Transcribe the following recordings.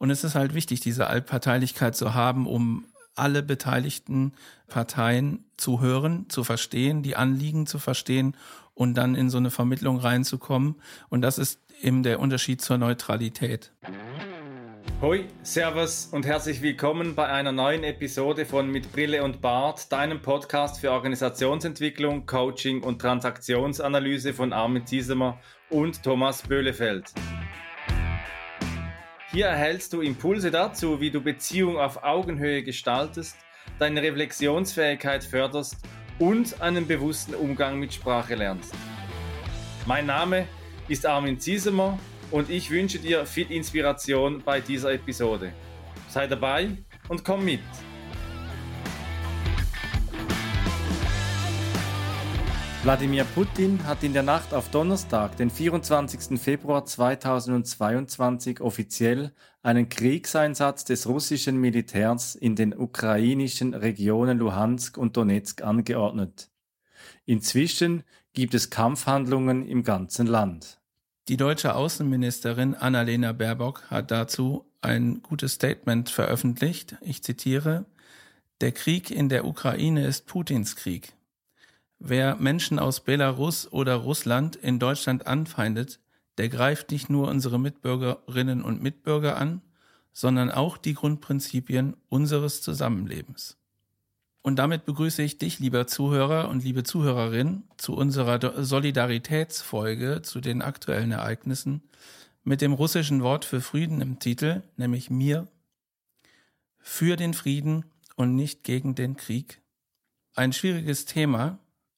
Und es ist halt wichtig, diese Allparteilichkeit zu haben, um alle beteiligten Parteien zu hören, zu verstehen, die Anliegen zu verstehen und dann in so eine Vermittlung reinzukommen. Und das ist eben der Unterschied zur Neutralität. Hoi, Servus und herzlich willkommen bei einer neuen Episode von Mit Brille und Bart, deinem Podcast für Organisationsentwicklung, Coaching und Transaktionsanalyse von Armin Ziesemer und Thomas Böhlefeld. Hier erhältst du Impulse dazu, wie du Beziehung auf Augenhöhe gestaltest, deine Reflexionsfähigkeit förderst und einen bewussten Umgang mit Sprache lernst. Mein Name ist Armin Ziesemer und ich wünsche dir viel Inspiration bei dieser Episode. Sei dabei und komm mit! Wladimir Putin hat in der Nacht auf Donnerstag, den 24. Februar 2022, offiziell einen Kriegseinsatz des russischen Militärs in den ukrainischen Regionen Luhansk und Donetsk angeordnet. Inzwischen gibt es Kampfhandlungen im ganzen Land. Die deutsche Außenministerin Annalena Baerbock hat dazu ein gutes Statement veröffentlicht. Ich zitiere: Der Krieg in der Ukraine ist Putins Krieg. Wer Menschen aus Belarus oder Russland in Deutschland anfeindet, der greift nicht nur unsere Mitbürgerinnen und Mitbürger an, sondern auch die Grundprinzipien unseres Zusammenlebens. Und damit begrüße ich dich, lieber Zuhörer und liebe Zuhörerin, zu unserer Solidaritätsfolge zu den aktuellen Ereignissen mit dem russischen Wort für Frieden im Titel, nämlich Mir, für den Frieden und nicht gegen den Krieg. Ein schwieriges Thema.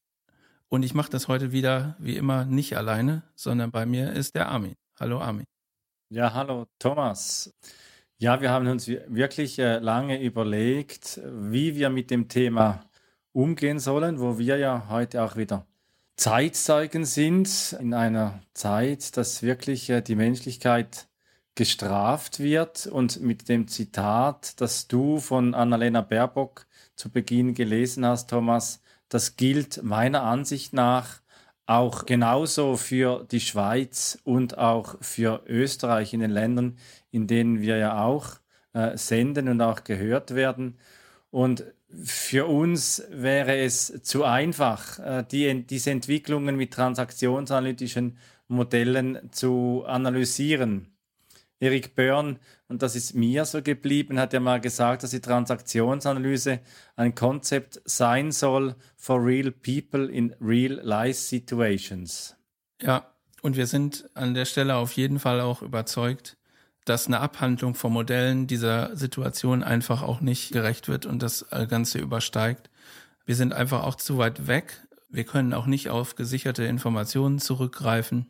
Und ich mache das heute wieder, wie immer, nicht alleine, sondern bei mir ist der Armin. Hallo Armin. Ja, hallo Thomas. Ja, wir haben uns wirklich lange überlegt, wie wir mit dem Thema umgehen sollen, wo wir ja heute auch wieder Zeitzeugen sind, in einer Zeit, dass wirklich die Menschlichkeit gestraft wird. Und mit dem Zitat, das du von Annalena Baerbock zu Beginn gelesen hast, Thomas, das gilt meiner Ansicht nach auch genauso für die Schweiz und auch für Österreich in den Ländern, in denen wir ja auch senden und auch gehört werden. Und für uns wäre es zu einfach, diese Entwicklungen mit transaktionsanalytischen Modellen zu analysieren. Eric Berne, und das ist mir so geblieben, hat ja mal gesagt, dass die Transaktionsanalyse ein Konzept sein soll for real people in real life situations. Ja, und wir sind an der Stelle auf jeden Fall auch überzeugt, dass eine Abhandlung von Modellen dieser Situation einfach auch nicht gerecht wird und das Ganze übersteigt. Wir sind einfach auch zu weit weg. Wir können auch nicht auf gesicherte Informationen zurückgreifen.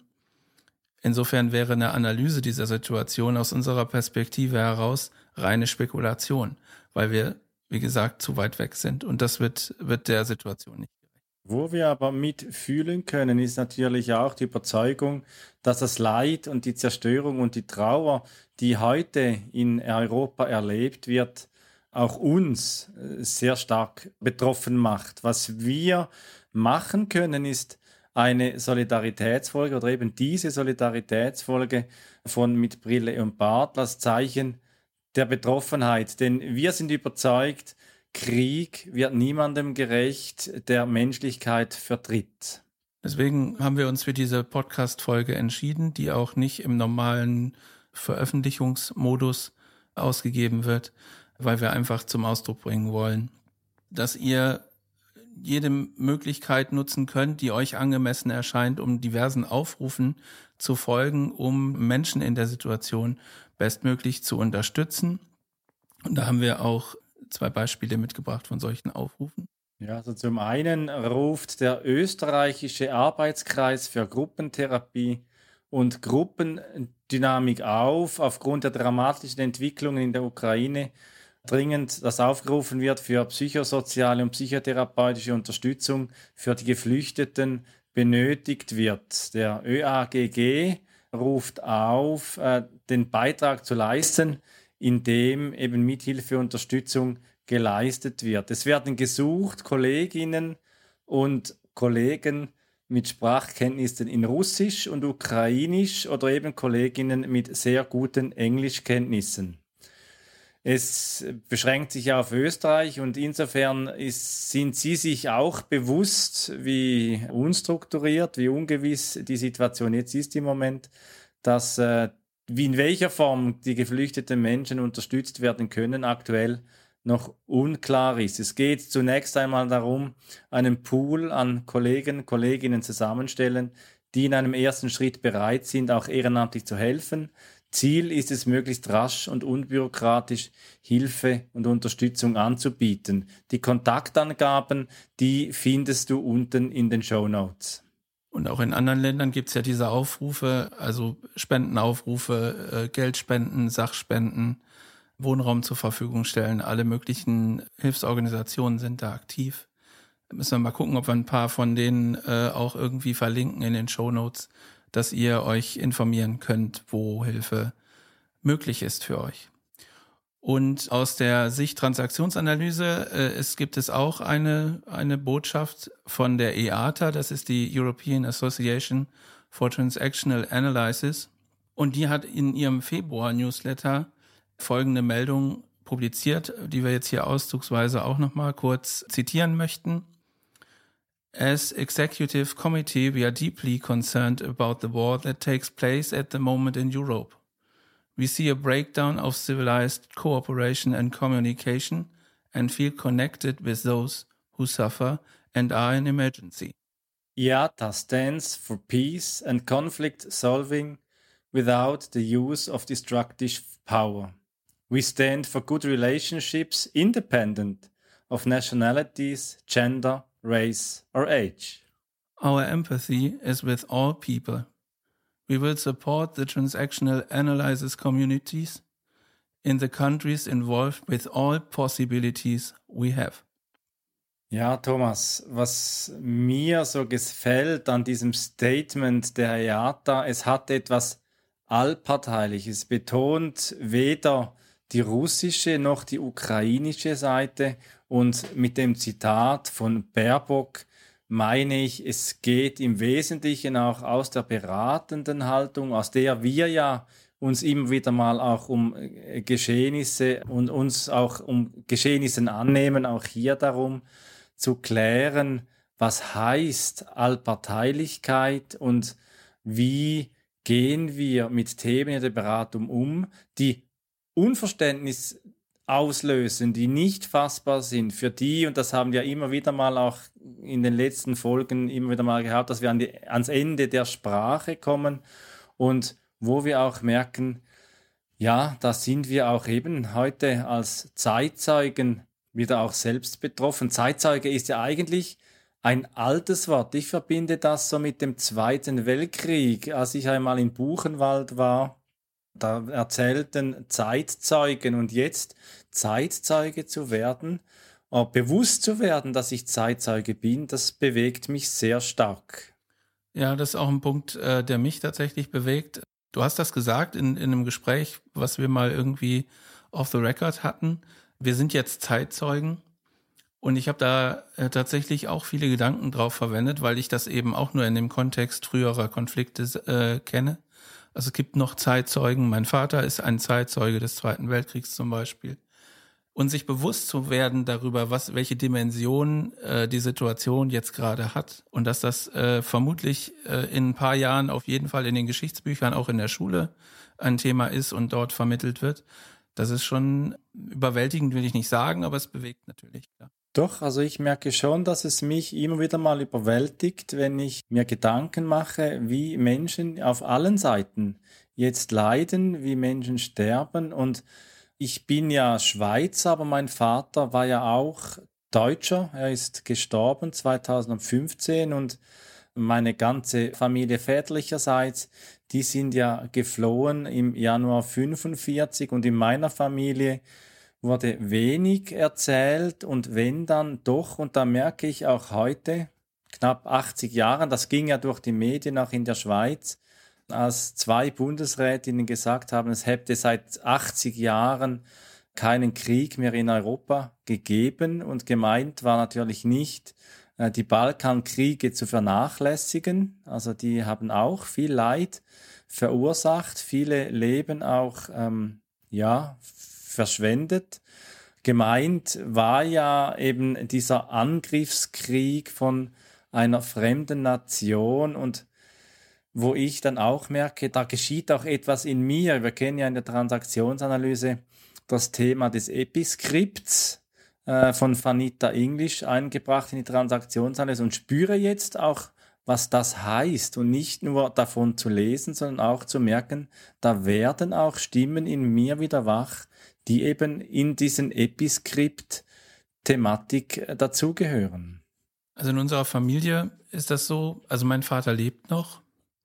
Insofern wäre eine Analyse dieser Situation aus unserer Perspektive heraus reine Spekulation, weil wir, wie gesagt, zu weit weg sind und das wird der Situation nicht gerecht. Wo wir aber mitfühlen können, ist natürlich auch die Überzeugung, dass das Leid und die Zerstörung und die Trauer, die heute in Europa erlebt wird, auch uns sehr stark betroffen macht. Was wir machen können, ist eine Solidaritätsfolge oder eben diese Solidaritätsfolge von Mit Brille und Bart als Zeichen der Betroffenheit. Denn wir sind überzeugt, Krieg wird niemandem gerecht, der Menschlichkeit vertritt. Deswegen haben wir uns für diese Podcast-Folge entschieden, die auch nicht im normalen Veröffentlichungsmodus ausgegeben wird, weil wir einfach zum Ausdruck bringen wollen, dass ihr jede Möglichkeit nutzen könnt, die euch angemessen erscheint, um diversen Aufrufen zu folgen, um Menschen in der Situation bestmöglich zu unterstützen. Und da haben wir auch 2 Beispiele mitgebracht von solchen Aufrufen. Ja, also zum einen ruft der österreichische Arbeitskreis für Gruppentherapie und Gruppendynamik auf, aufgrund der dramatischen Entwicklungen in der Ukraine dringend, dass aufgerufen wird für psychosoziale und psychotherapeutische Unterstützung für die Geflüchteten benötigt wird. Der ÖAGG ruft auf, den Beitrag zu leisten, indem eben Mithilfe und Unterstützung geleistet wird. Es werden gesucht Kolleginnen und Kollegen mit Sprachkenntnissen in Russisch und Ukrainisch oder eben Kolleginnen mit sehr guten Englischkenntnissen. Es beschränkt sich ja auf Österreich und insofern sind Sie sich auch bewusst, wie unstrukturiert, wie ungewiss die Situation jetzt ist im Moment, dass wie in welcher Form die geflüchteten Menschen unterstützt werden können, aktuell noch unklar ist. Es geht zunächst einmal darum, einen Pool an Kollegen, Kolleginnen zusammenstellen, die in einem ersten Schritt bereit sind, auch ehrenamtlich zu helfen. Ziel ist es, möglichst rasch und unbürokratisch Hilfe und Unterstützung anzubieten. Die Kontaktangaben, die findest du unten in den Shownotes. Und auch in anderen Ländern gibt es ja diese Aufrufe, also Spendenaufrufe, Geldspenden, Sachspenden, Wohnraum zur Verfügung stellen. Alle möglichen Hilfsorganisationen sind da aktiv. Da müssen wir mal gucken, ob wir ein paar von denen auch irgendwie verlinken in den Shownotes, dass ihr euch informieren könnt, wo Hilfe möglich ist für euch. Und aus der Sicht Transaktionsanalyse gibt es auch eine Botschaft von der EATA, das ist die European Association for Transactional Analysis. Und die hat in ihrem Februar-Newsletter folgende Meldung publiziert, die wir jetzt hier auszugsweise auch nochmal kurz zitieren möchten. As Executive Committee, we are deeply concerned about the war that takes place at the moment in Europe. We see a breakdown of civilized cooperation and communication and feel connected with those who suffer and are in emergency. IATA stands for peace and conflict solving without the use of destructive power. We stand for good relationships independent of nationalities, gender, race or age. Our empathy is with all people. We will support the transactional analysis communities in the countries involved with all possibilities we have. Ja, Thomas, was mir so gefällt an diesem Statement der IATA, es hat etwas Allparteiliches. Es betont weder die russische noch die ukrainische Seite und mit dem Zitat von Baerbock meine ich, es geht im Wesentlichen auch aus der beratenden Haltung, aus der wir ja uns immer wieder mal auch um Geschehnisse und uns auch um Geschehnissen annehmen, auch hier darum zu klären, was heißt Allparteilichkeit und wie gehen wir mit Themen in der Beratung um, die Unverständnis auslösen, die nicht fassbar sind für die, und das haben wir immer wieder mal auch in den letzten Folgen immer wieder mal gehabt, dass wir ans Ende der Sprache kommen und wo wir auch merken, ja, da sind wir auch eben heute als Zeitzeugen wieder auch selbst betroffen. Zeitzeuge ist ja eigentlich ein altes Wort. Ich verbinde das so mit dem Zweiten Weltkrieg. Als ich einmal in Buchenwald war, da erzählten Zeitzeugen und jetzt Zeitzeuge zu werden, bewusst zu werden, dass ich Zeitzeuge bin, das bewegt mich sehr stark. Ja, das ist auch ein Punkt, der mich tatsächlich bewegt. Du hast das gesagt in einem Gespräch, was wir mal irgendwie off the record hatten. Wir sind jetzt Zeitzeugen und ich habe da tatsächlich auch viele Gedanken drauf verwendet, weil ich das eben auch nur in dem Kontext früherer Konflikte kenne. Also es gibt noch Zeitzeugen. Mein Vater ist ein Zeitzeuge des Zweiten Weltkriegs zum Beispiel. Und sich bewusst zu werden darüber, welche Dimension die Situation jetzt gerade hat und dass das vermutlich in ein paar Jahren auf jeden Fall in den Geschichtsbüchern, auch in der Schule ein Thema ist und dort vermittelt wird, das ist schon überwältigend, will ich nicht sagen, aber es bewegt natürlich. Ja. Doch, also ich merke schon, dass es mich immer wieder mal überwältigt, wenn ich mir Gedanken mache, wie Menschen auf allen Seiten jetzt leiden, wie Menschen sterben. Und ich bin ja Schweizer, aber mein Vater war ja auch Deutscher. Er ist gestorben 2015 und meine ganze Familie väterlicherseits, die sind ja geflohen im Januar 45 und in meiner Familie wurde wenig erzählt und wenn dann doch, und da merke ich auch heute, knapp 80 Jahren, das ging ja durch die Medien auch in der Schweiz, als 2 Bundesrätinnen gesagt haben, es hätte seit 80 Jahren keinen Krieg mehr in Europa gegeben und gemeint war natürlich nicht, die Balkankriege zu vernachlässigen, also die haben auch viel Leid verursacht, viele Leben auch, verschwendet. Gemeint war ja eben dieser Angriffskrieg von einer fremden Nation und wo ich dann auch merke, da geschieht auch etwas in mir. Wir kennen ja in der Transaktionsanalyse das Thema des Episkripts von Vanita English eingebracht in die Transaktionsanalyse und spüre jetzt auch, was das heißt und nicht nur davon zu lesen, sondern auch zu merken, da werden auch Stimmen in mir wieder wach, die eben in diesen Episkript-Thematik dazugehören. Also in unserer Familie ist das so, also mein Vater lebt noch,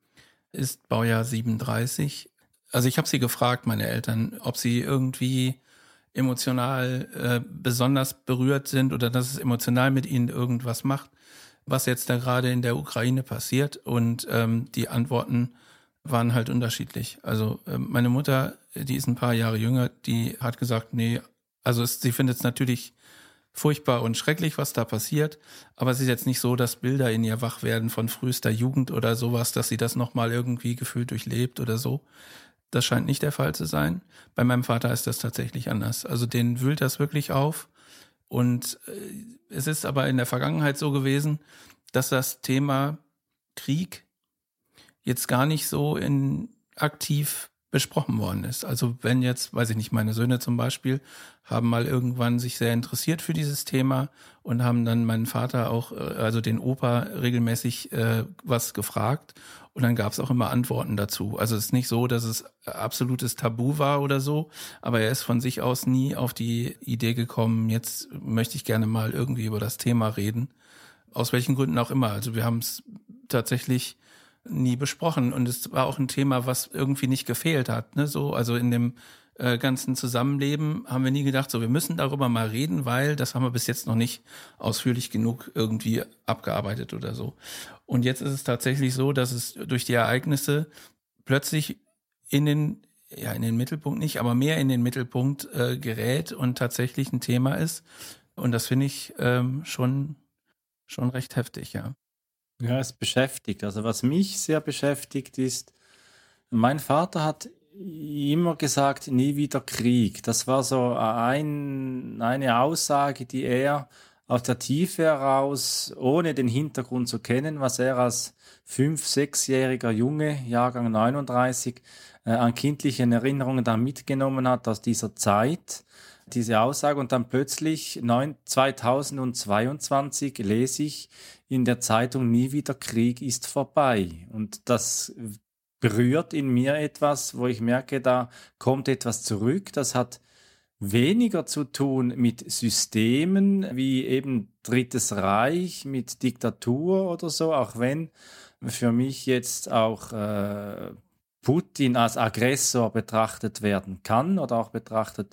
ist Baujahr 37. Also ich habe sie gefragt, meine Eltern, ob sie irgendwie emotional besonders berührt sind oder dass es emotional mit ihnen irgendwas macht, was jetzt da gerade in der Ukraine passiert. Und die Antworten waren halt unterschiedlich. Also meine Mutter, die ist ein paar Jahre jünger, die hat gesagt, nee, also sie findet es natürlich furchtbar und schrecklich, was da passiert, aber es ist jetzt nicht so, dass Bilder in ihr wach werden von frühester Jugend oder sowas, dass sie das nochmal irgendwie gefühlt durchlebt oder so. Das scheint nicht der Fall zu sein. Bei meinem Vater ist das tatsächlich anders. Also den wühlt das wirklich auf. Und es ist aber in der Vergangenheit so gewesen, dass das Thema Krieg jetzt gar nicht so aktiv besprochen worden ist. Also wenn jetzt, weiß ich nicht, meine Söhne zum Beispiel haben mal irgendwann sich sehr interessiert für dieses Thema und haben dann meinen Vater auch, also den Opa regelmäßig was gefragt und dann gab es auch immer Antworten dazu. Also es ist nicht so, dass es absolutes Tabu war oder so, aber er ist von sich aus nie auf die Idee gekommen, jetzt möchte ich gerne mal irgendwie über das Thema reden. Aus welchen Gründen auch immer. Also wir haben es tatsächlich nie besprochen und es war auch ein Thema, was irgendwie nicht gefehlt hat, ne? So, also in dem ganzen Zusammenleben haben wir nie gedacht, so wir müssen darüber mal reden, weil das haben wir bis jetzt noch nicht ausführlich genug irgendwie abgearbeitet oder so. Und jetzt ist es tatsächlich so, dass es durch die Ereignisse plötzlich in den Mittelpunkt nicht, aber mehr in den Mittelpunkt gerät und tatsächlich ein Thema ist. Und das finde ich schon recht heftig, ja. Ja, es beschäftigt. Also was mich sehr beschäftigt ist, mein Vater hat immer gesagt, nie wieder Krieg. Das war so eine Aussage, die er aus der Tiefe heraus, ohne den Hintergrund zu kennen, was er als 5-, 6-jähriger Junge, Jahrgang 39, an kindlichen Erinnerungen da mitgenommen hat aus dieser Zeit, diese Aussage. Und dann plötzlich 2022 lese ich in der Zeitung, nie wieder Krieg ist vorbei. Und das berührt in mir etwas, wo ich merke, da kommt etwas zurück. Das hat weniger zu tun mit Systemen wie eben Drittes Reich, mit Diktatur oder so, auch wenn für mich jetzt auch Putin als Aggressor betrachtet werden kann oder auch betrachtet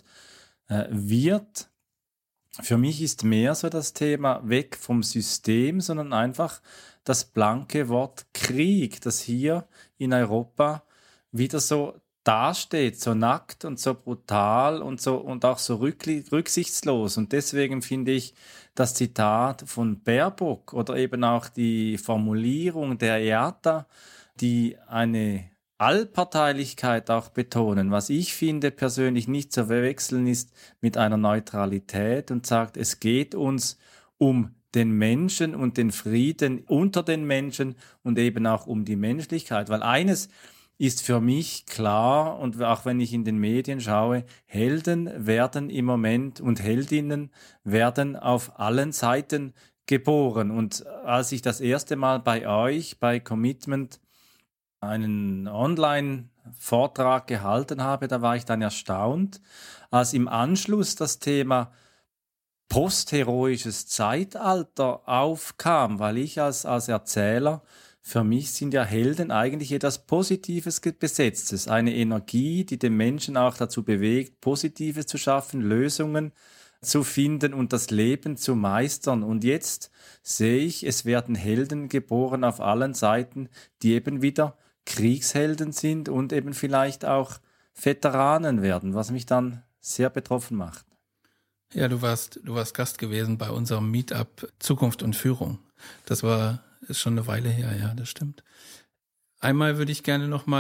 wird. Für mich ist mehr so das Thema weg vom System, sondern einfach das blanke Wort Krieg, das hier in Europa wieder so dasteht, so nackt und so brutal und so und auch so rücksichtslos. Und deswegen finde ich das Zitat von Baerbock oder eben auch die Formulierung der IATA, die eine Allparteilichkeit auch betonen. Was ich finde persönlich nicht zu verwechseln ist mit einer Neutralität und sagt, es geht uns um den Menschen und den Frieden unter den Menschen und eben auch um die Menschlichkeit. Weil eines ist für mich klar und auch wenn ich in den Medien schaue, Helden werden im Moment und Heldinnen werden auf allen Seiten geboren. Und als ich das erste Mal bei euch, bei Commitment, einen Online-Vortrag gehalten habe, da war ich dann erstaunt, als im Anschluss das Thema postheroisches Zeitalter aufkam, weil ich als Erzähler, für mich sind ja Helden eigentlich etwas Positives Besetztes, eine Energie, die den Menschen auch dazu bewegt, Positives zu schaffen, Lösungen zu finden und das Leben zu meistern. Und jetzt sehe ich, es werden Helden geboren auf allen Seiten, die eben wieder Kriegshelden sind und eben vielleicht auch Veteranen werden, was mich dann sehr betroffen macht. Ja, du warst Gast gewesen bei unserem Meetup Zukunft und Führung. Das ist schon eine Weile her, ja, das stimmt. Einmal würde ich gerne nochmal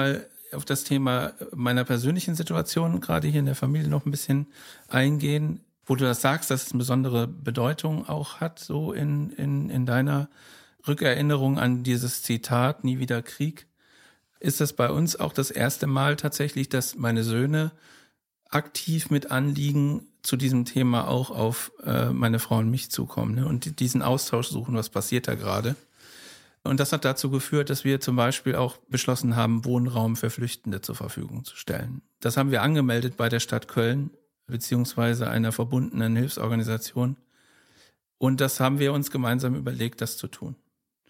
auf das Thema meiner persönlichen Situation, gerade hier in der Familie, noch ein bisschen eingehen, wo du das sagst, dass es eine besondere Bedeutung auch hat, so in deiner Rückerinnerung an dieses Zitat, nie wieder Krieg. Ist das bei uns auch das erste Mal tatsächlich, dass meine Söhne aktiv mit Anliegen zu diesem Thema auch auf meine Frau und mich zukommen, ne? Und diesen Austausch suchen, was passiert da gerade. Und das hat dazu geführt, dass wir zum Beispiel auch beschlossen haben, Wohnraum für Flüchtende zur Verfügung zu stellen. Das haben wir angemeldet bei der Stadt Köln, beziehungsweise einer verbundenen Hilfsorganisation. Und das haben wir uns gemeinsam überlegt, das zu tun.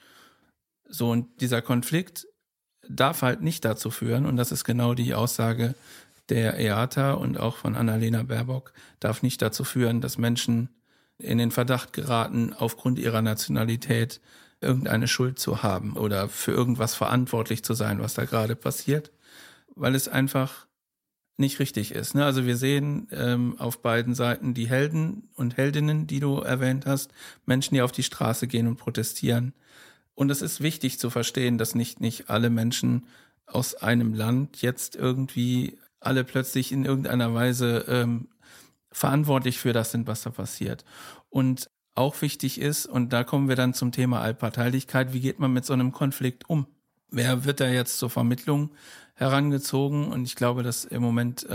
So, und dieser Konflikt darf halt nicht dazu führen, und das ist genau die Aussage der EATA und auch von Annalena Baerbock, darf nicht dazu führen, dass Menschen in den Verdacht geraten, aufgrund ihrer Nationalität irgendeine Schuld zu haben oder für irgendwas verantwortlich zu sein, was da gerade passiert, weil es einfach nicht richtig ist. Ne? Also wir sehen auf beiden Seiten die Helden und Heldinnen, die du erwähnt hast, Menschen, die auf die Straße gehen und protestieren. Und es ist wichtig zu verstehen, dass nicht alle Menschen aus einem Land jetzt irgendwie alle plötzlich in irgendeiner Weise verantwortlich für das sind, was da passiert. Und auch wichtig ist, und da kommen wir dann zum Thema Allparteilichkeit, wie geht man mit so einem Konflikt um? Wer wird da jetzt zur Vermittlung herangezogen? Und ich glaube, dass im Moment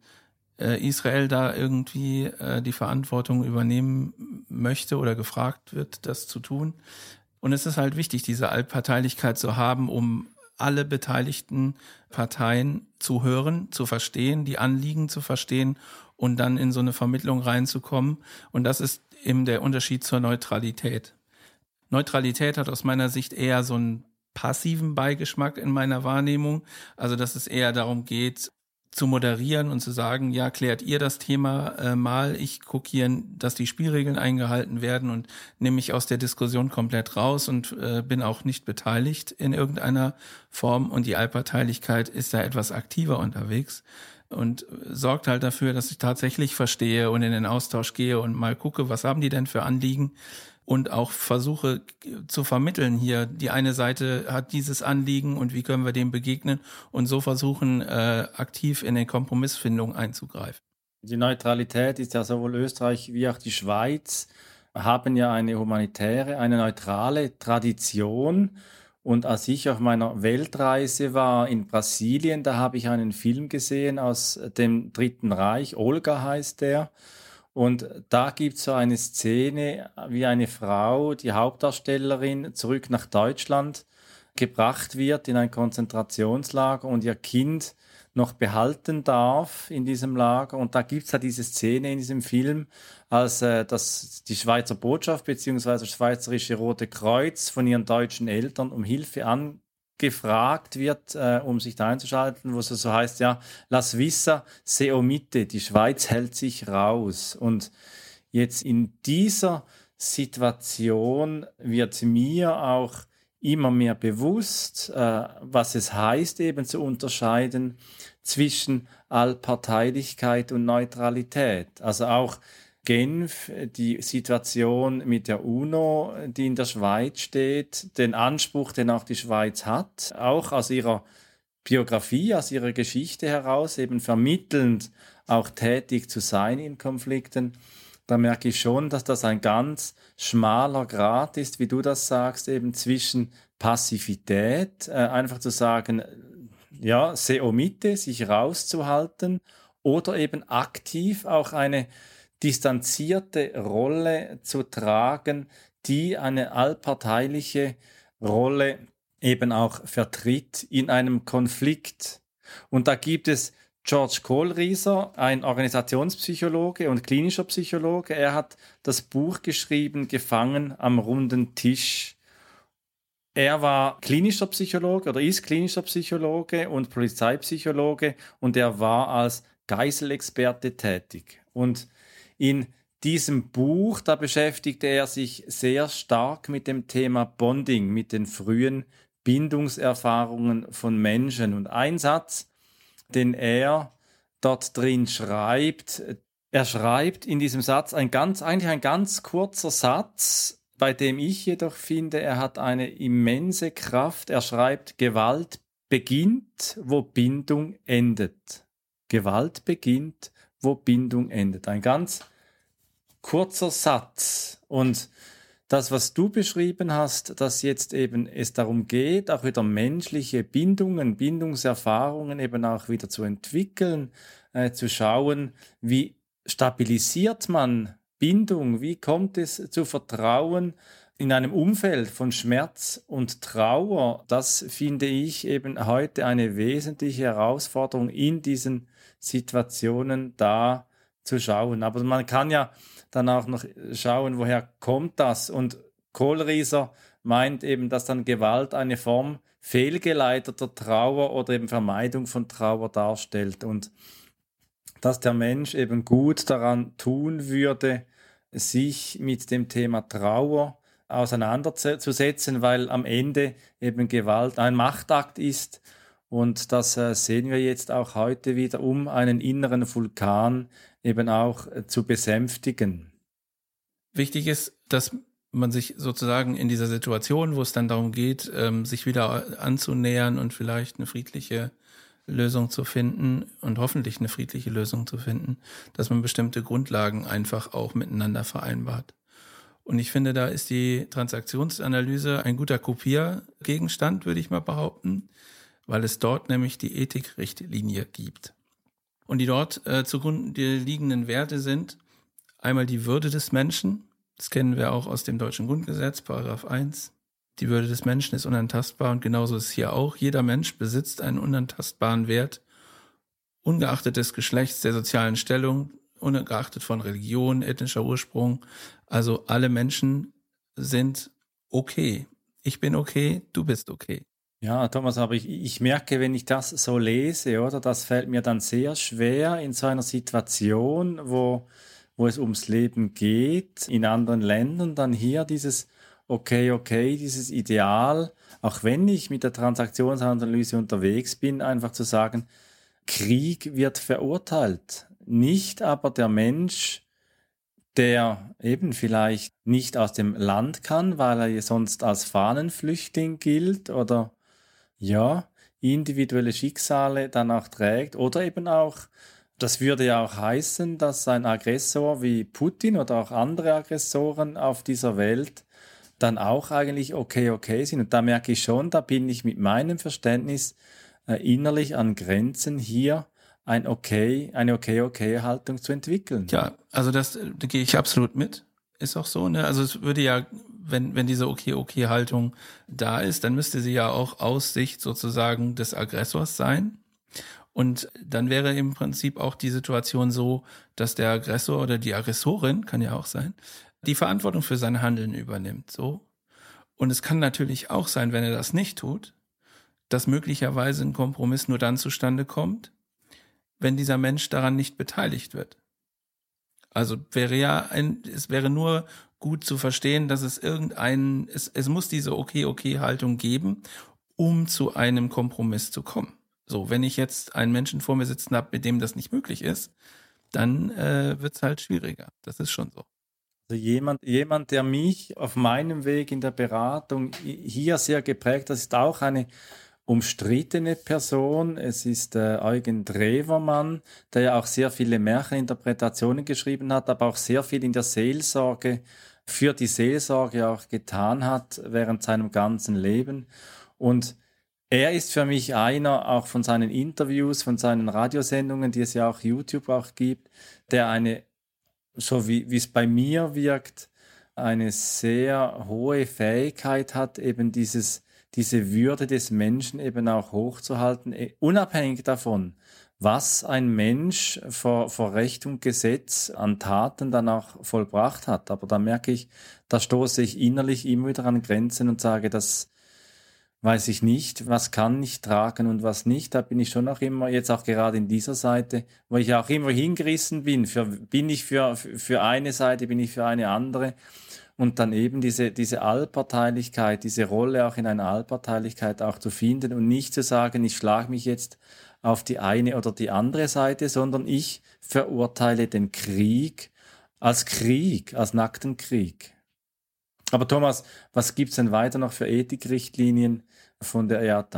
Israel da irgendwie die Verantwortung übernehmen möchte oder gefragt wird, das zu tun. Und es ist halt wichtig, diese Allparteilichkeit zu haben, um alle beteiligten Parteien zu hören, zu verstehen, die Anliegen zu verstehen und dann in so eine Vermittlung reinzukommen. Und das ist eben der Unterschied zur Neutralität. Neutralität hat aus meiner Sicht eher so einen passiven Beigeschmack in meiner Wahrnehmung. Also dass es eher darum geht, zu moderieren und zu sagen, ja, klärt ihr das Thema mal, ich gucke hier, dass die Spielregeln eingehalten werden und nehme mich aus der Diskussion komplett raus und bin auch nicht beteiligt in irgendeiner Form. Und die Allparteilichkeit ist da etwas aktiver unterwegs und sorgt halt dafür, dass ich tatsächlich verstehe und in den Austausch gehe und mal gucke, was haben die denn für Anliegen und auch versuche zu vermitteln hier. Die eine Seite hat dieses Anliegen und wie können wir dem begegnen und so versuchen, aktiv in die Kompromissfindung einzugreifen. Die Neutralität ist ja sowohl Österreich wie auch die Schweiz haben ja eine humanitäre, eine neutrale Tradition. Und als ich auf meiner Weltreise war in Brasilien, da habe ich einen Film gesehen aus dem Dritten Reich, Olga heißt der. Und da gibt es so eine Szene, wie eine Frau, die Hauptdarstellerin, zurück nach Deutschland gebracht wird in ein Konzentrationslager und ihr Kind noch behalten darf in diesem Lager. Und da gibt es ja diese Szene in diesem Film, als dass die Schweizer Botschaft bzw. das Schweizerische Rote Kreuz von ihren deutschen Eltern um Hilfe angefragt wird, um sich da einzuschalten, wo es so heißt, ja, la Suiza se omite, die Schweiz hält sich raus. Und jetzt in dieser Situation wird mir auch immer mehr bewusst, was es heißt, eben zu unterscheiden zwischen Allparteilichkeit und Neutralität. Also auch Genf, die Situation mit der UNO, die in der Schweiz steht, den Anspruch, den auch die Schweiz hat, auch aus ihrer Biografie, aus ihrer Geschichte heraus, eben vermittelnd auch tätig zu sein in Konflikten. Da merke ich schon, dass das ein ganz schmaler Grat ist, wie du das sagst, eben zwischen Passivität, einfach zu sagen, ja, se omite, sich rauszuhalten, oder eben aktiv auch eine distanzierte Rolle zu tragen, die eine allparteiliche Rolle eben auch vertritt in einem Konflikt. Und da gibt es George Kohlrieser, ein Organisationspsychologe und klinischer Psychologe. Er hat das Buch geschrieben, Gefangen am runden Tisch. Er war klinischer Psychologe oder ist klinischer Psychologe und Polizeipsychologe und er war als Geiselexperte tätig. Und in diesem Buch, da beschäftigte er sich sehr stark mit dem Thema Bonding, mit den frühen Bindungserfahrungen von Menschen. Und ein Satz, den er dort drin schreibt. Er schreibt in diesem Satz eigentlich ein ganz kurzer Satz, bei dem ich jedoch finde, er hat eine immense Kraft. Er schreibt, Gewalt beginnt, wo Bindung endet. Gewalt beginnt, wo Bindung endet. Ein ganz kurzer Satz. Und das, was du beschrieben hast, dass jetzt eben es darum geht, auch wieder menschliche Bindungen, Bindungserfahrungen eben auch wieder zu entwickeln, zu schauen, wie stabilisiert man Bindung, wie kommt es zu Vertrauen in einem Umfeld von Schmerz und Trauer. Das finde ich eben heute eine wesentliche Herausforderung, in diesen Situationen da zu schauen. Aber man kann ja dann auch noch schauen, woher kommt das? Und Kohlrieser meint eben, dass dann Gewalt eine Form fehlgeleiteter Trauer oder eben Vermeidung von Trauer darstellt und dass der Mensch eben gut daran tun würde, sich mit dem Thema Trauer auseinanderzusetzen, weil am Ende eben Gewalt ein Machtakt ist. Und das sehen wir jetzt auch heute wieder, um einen inneren Vulkan eben auch zu besänftigen. Wichtig ist, dass man sich sozusagen in dieser Situation, wo es dann darum geht, sich wieder anzunähern und vielleicht eine friedliche Lösung zu finden und hoffentlich eine friedliche Lösung zu finden, dass man bestimmte Grundlagen einfach auch miteinander vereinbart. Und ich finde, da ist die Transaktionsanalyse ein guter Kopiergegenstand, würde ich mal behaupten, weil es dort nämlich die Ethikrichtlinie gibt. Und die dort zugrunde liegenden Werte sind einmal die Würde des Menschen, das kennen wir auch aus dem deutschen Grundgesetz, Paragraph 1. Die Würde des Menschen ist unantastbar und genauso ist hier auch. Jeder Mensch besitzt einen unantastbaren Wert, ungeachtet des Geschlechts, der sozialen Stellung, ungeachtet von Religion, ethnischer Ursprung. Also alle Menschen sind okay. Ich bin okay, du bist okay. Ja, Thomas, aber ich merke, wenn ich das so lese, oder, das fällt mir dann sehr schwer in so einer Situation, wo es ums Leben geht, in anderen Ländern, dann hier dieses okay, dieses Ideal, auch wenn ich mit der Transaktionsanalyse unterwegs bin, einfach zu sagen, Krieg wird verurteilt. Nicht aber der Mensch, der eben vielleicht nicht aus dem Land kann, weil er sonst als Fahnenflüchtling gilt oder ja, individuelle Schicksale dann auch trägt oder eben auch, das würde ja auch heißen, dass ein Aggressor wie Putin oder auch andere Aggressoren auf dieser Welt dann auch eigentlich okay sind. Und da merke ich schon, da bin ich mit meinem Verständnis innerlich an Grenzen, hier eine okay-Haltung zu entwickeln. Ja, also da gehe ich absolut mit. Ist auch so, ne? Also es würde ja, wenn diese okay-Haltung da ist, dann müsste sie ja auch aus Sicht sozusagen des Aggressors sein. Und dann wäre im Prinzip auch die Situation so, dass der Aggressor oder die Aggressorin, kann ja auch sein, die Verantwortung für sein Handeln übernimmt, so. Und es kann natürlich auch sein, wenn er das nicht tut, dass möglicherweise ein Kompromiss nur dann zustande kommt, wenn dieser Mensch daran nicht beteiligt wird. Also es wäre nur gut zu verstehen, dass es es muss diese okay-Haltung geben, um zu einem Kompromiss zu kommen. So, wenn ich jetzt einen Menschen vor mir sitzen habe, mit dem das nicht möglich ist, dann wird es halt schwieriger. Das ist schon so. Also jemand, der mich auf meinem Weg in der Beratung hier sehr geprägt hat, ist auch eine umstrittene Person. Es ist Eugen Drewermann, der ja auch sehr viele Märcheninterpretationen geschrieben hat, aber auch sehr viel in der Seelsorge, für die Seelsorge auch getan hat während seinem ganzen Leben. Und er ist für mich einer, auch von seinen Interviews, von seinen Radiosendungen, die es ja auch YouTube auch gibt, der so wie es bei mir wirkt, eine sehr hohe Fähigkeit hat, eben diese Würde des Menschen eben auch hochzuhalten, unabhängig davon, was ein Mensch vor Recht und Gesetz an Taten dann auch vollbracht hat. Aber da merke ich, da stoße ich innerlich immer wieder an Grenzen und sage, das weiß ich nicht, was kann ich tragen und was nicht. Da bin ich schon auch immer, jetzt auch gerade in dieser Seite, wo ich auch immer hingerissen bin. Bin ich für eine Seite, bin ich für eine andere. Und dann eben diese Allparteilichkeit, diese Rolle auch in einer Allparteilichkeit auch zu finden und nicht zu sagen, ich schlage mich jetzt auf die eine oder die andere Seite, sondern ich verurteile den Krieg, als nackten Krieg. Aber Thomas, was gibt's denn weiter noch für Ethikrichtlinien von der EATA?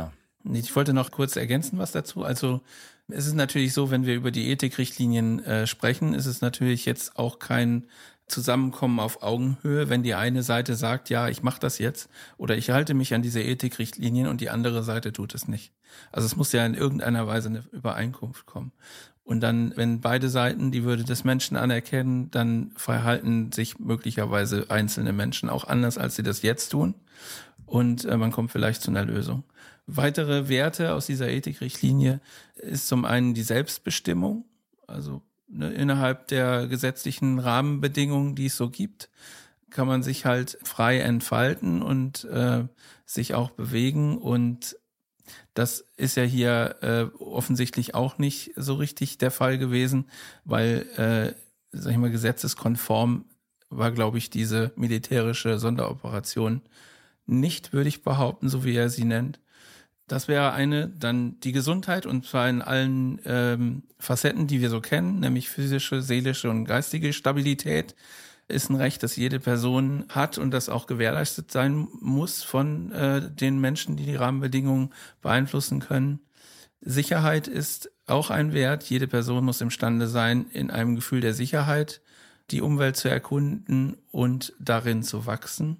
Ich wollte noch kurz ergänzen was dazu. Also es ist natürlich so, wenn wir über die Ethikrichtlinien sprechen, ist es natürlich jetzt auch kein Zusammenkommen auf Augenhöhe, wenn die eine Seite sagt, ja, ich mache das jetzt oder ich halte mich an diese Ethikrichtlinien und die andere Seite tut es nicht. Also es muss ja in irgendeiner Weise eine Übereinkunft kommen. Und dann, wenn beide Seiten die Würde des Menschen anerkennen, dann verhalten sich möglicherweise einzelne Menschen auch anders, als sie das jetzt tun. Und man kommt vielleicht zu einer Lösung. Weitere Werte aus dieser Ethikrichtlinie ist zum einen die Selbstbestimmung, also innerhalb der gesetzlichen Rahmenbedingungen, die es so gibt, kann man sich halt frei entfalten und sich auch bewegen. Und das ist ja hier offensichtlich auch nicht so richtig der Fall gewesen, weil, sag ich mal, gesetzeskonform war, glaube ich, diese militärische Sonderoperation nicht, würde ich behaupten, so wie er sie nennt. Das wäre eine, dann die Gesundheit, und zwar in allen Facetten, die wir so kennen, nämlich physische, seelische und geistige Stabilität, ist ein Recht, das jede Person hat und das auch gewährleistet sein muss von den Menschen, die die Rahmenbedingungen beeinflussen können. Sicherheit ist auch ein Wert. Jede Person muss imstande sein, in einem Gefühl der Sicherheit die Umwelt zu erkunden und darin zu wachsen.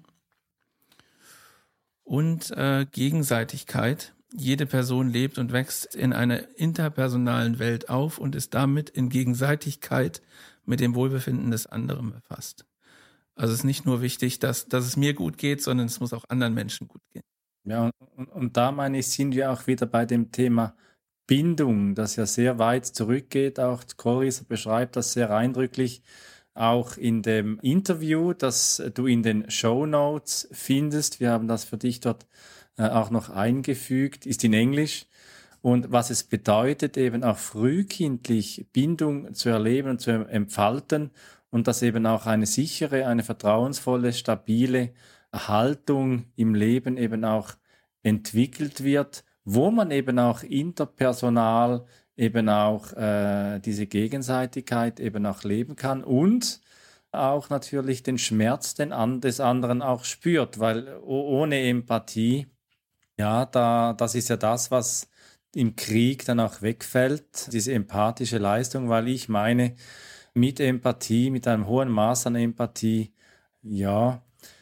Und Gegenseitigkeit. Jede Person lebt und wächst in einer interpersonalen Welt auf und ist damit in Gegenseitigkeit mit dem Wohlbefinden des anderen befasst. Also es ist nicht nur wichtig, dass es mir gut geht, sondern es muss auch anderen Menschen gut gehen. Ja, und da meine ich, sind wir auch wieder bei dem Thema Bindung, das ja sehr weit zurückgeht. Auch Kollwieser beschreibt das sehr eindrücklich, auch in dem Interview, das du in den Shownotes findest. Wir haben das für dich dort auch noch eingefügt, ist in Englisch. Und was es bedeutet, eben auch frühkindlich Bindung zu erleben und zu entfalten und dass eben auch eine sichere, eine vertrauensvolle, stabile Haltung im Leben eben auch entwickelt wird, wo man eben auch interpersonal eben auch diese Gegenseitigkeit eben auch leben kann und auch natürlich den Schmerz des anderen auch spürt, weil ohne Empathie, ja, das ist ja das, was im Krieg dann auch wegfällt, diese empathische Leistung, weil ich meine, mit Empathie, mit einem hohen Maß an Empathie, ja,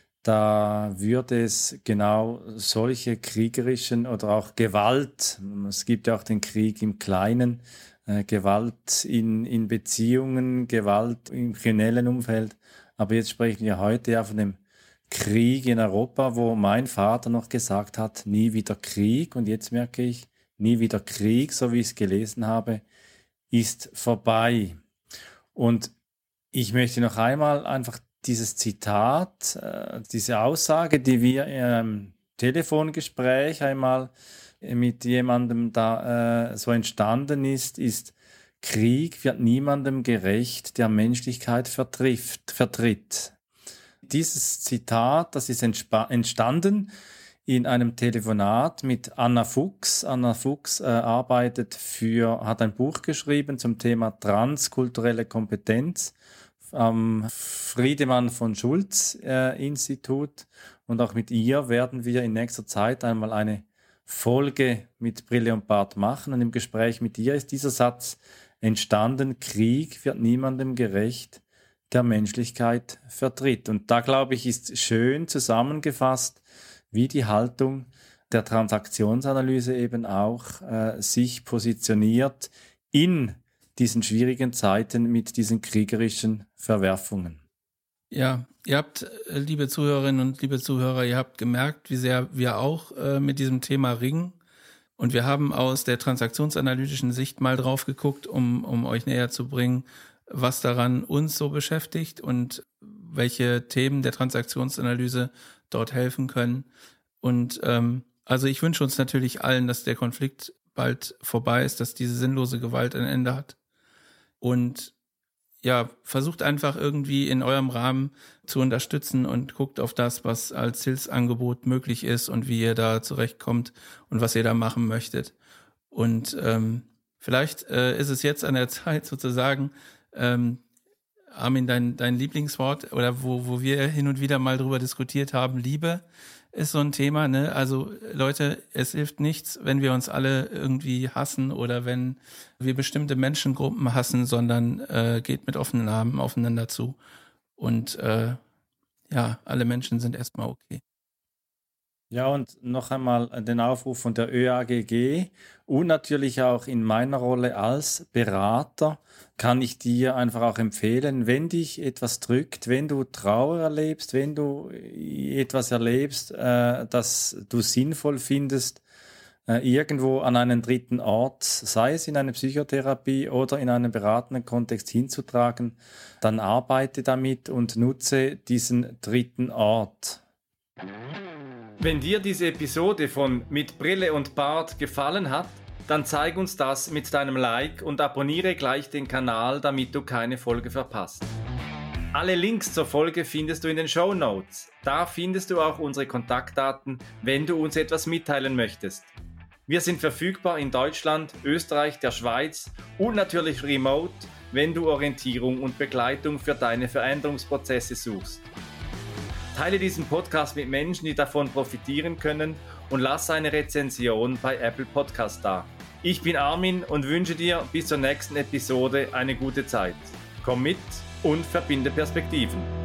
da würde es genau solche kriegerischen oder auch Gewalt, es gibt ja auch den Krieg im Kleinen, Gewalt in Beziehungen, Gewalt im kriminellen Umfeld, aber jetzt sprechen wir heute ja von dem Krieg in Europa, wo mein Vater noch gesagt hat, nie wieder Krieg, und jetzt merke ich, nie wieder Krieg, so wie ich es gelesen habe, ist vorbei. Und ich möchte noch einmal einfach dieses Zitat, diese Aussage, die wir im Telefongespräch einmal mit jemandem da so entstanden ist, Krieg wird niemandem gerecht, der Menschlichkeit vertritt. Dieses Zitat, das ist entstanden in einem Telefonat mit Anna Fuchs. Anna Fuchs hat ein Buch geschrieben zum Thema transkulturelle Kompetenz am Friedemann von Schulz Institut, und auch mit ihr werden wir in nächster Zeit einmal eine Folge mit Brille und Bart machen, und im Gespräch mit ihr ist dieser Satz entstanden: Krieg wird niemandem gerecht, der Menschlichkeit vertritt. Und da, glaube ich, ist schön zusammengefasst, wie die Haltung der Transaktionsanalyse eben auch sich positioniert in diesen schwierigen Zeiten mit diesen kriegerischen Verwerfungen. Ja, ihr habt, liebe Zuhörerinnen und liebe Zuhörer, ihr habt gemerkt, wie sehr wir auch mit diesem Thema ringen. Und wir haben aus der transaktionsanalytischen Sicht mal drauf geguckt, um euch näher zu bringen, was daran uns so beschäftigt und welche Themen der Transaktionsanalyse dort helfen können. Und also ich wünsche uns natürlich allen, dass der Konflikt bald vorbei ist, dass diese sinnlose Gewalt ein Ende hat. Und ja, versucht einfach irgendwie in eurem Rahmen zu unterstützen und guckt auf das, was als Hilfsangebot möglich ist und wie ihr da zurechtkommt und was ihr da machen möchtet. Und vielleicht ist es jetzt an der Zeit sozusagen, Armin, dein Lieblingswort oder wo wir hin und wieder mal drüber diskutiert haben, Liebe ist so ein Thema, ne? Also Leute, es hilft nichts, wenn wir uns alle irgendwie hassen oder wenn wir bestimmte Menschengruppen hassen, sondern geht mit offenen Armen aufeinander zu. Und alle Menschen sind erstmal okay. Ja, und noch einmal den Aufruf von der ÖAGG und natürlich auch in meiner Rolle als Berater kann ich dir einfach auch empfehlen, wenn dich etwas drückt, wenn du Trauer erlebst, wenn du etwas erlebst, das du sinnvoll findest, irgendwo an einen dritten Ort, sei es in einer Psychotherapie oder in einem beratenden Kontext hinzutragen, dann arbeite damit und nutze diesen dritten Ort. Wenn dir diese Episode von Mit Brille und Bart gefallen hat, dann zeig uns das mit deinem Like und abonniere gleich den Kanal, damit du keine Folge verpasst. Alle Links zur Folge findest du in den Shownotes. Da findest du auch unsere Kontaktdaten, wenn du uns etwas mitteilen möchtest. Wir sind verfügbar in Deutschland, Österreich, der Schweiz und natürlich remote, wenn du Orientierung und Begleitung für deine Veränderungsprozesse suchst. Teile diesen Podcast mit Menschen, die davon profitieren können und lass eine Rezension bei Apple Podcast da. Ich bin Armin und wünsche dir bis zur nächsten Episode eine gute Zeit. Komm mit und verbinde Perspektiven.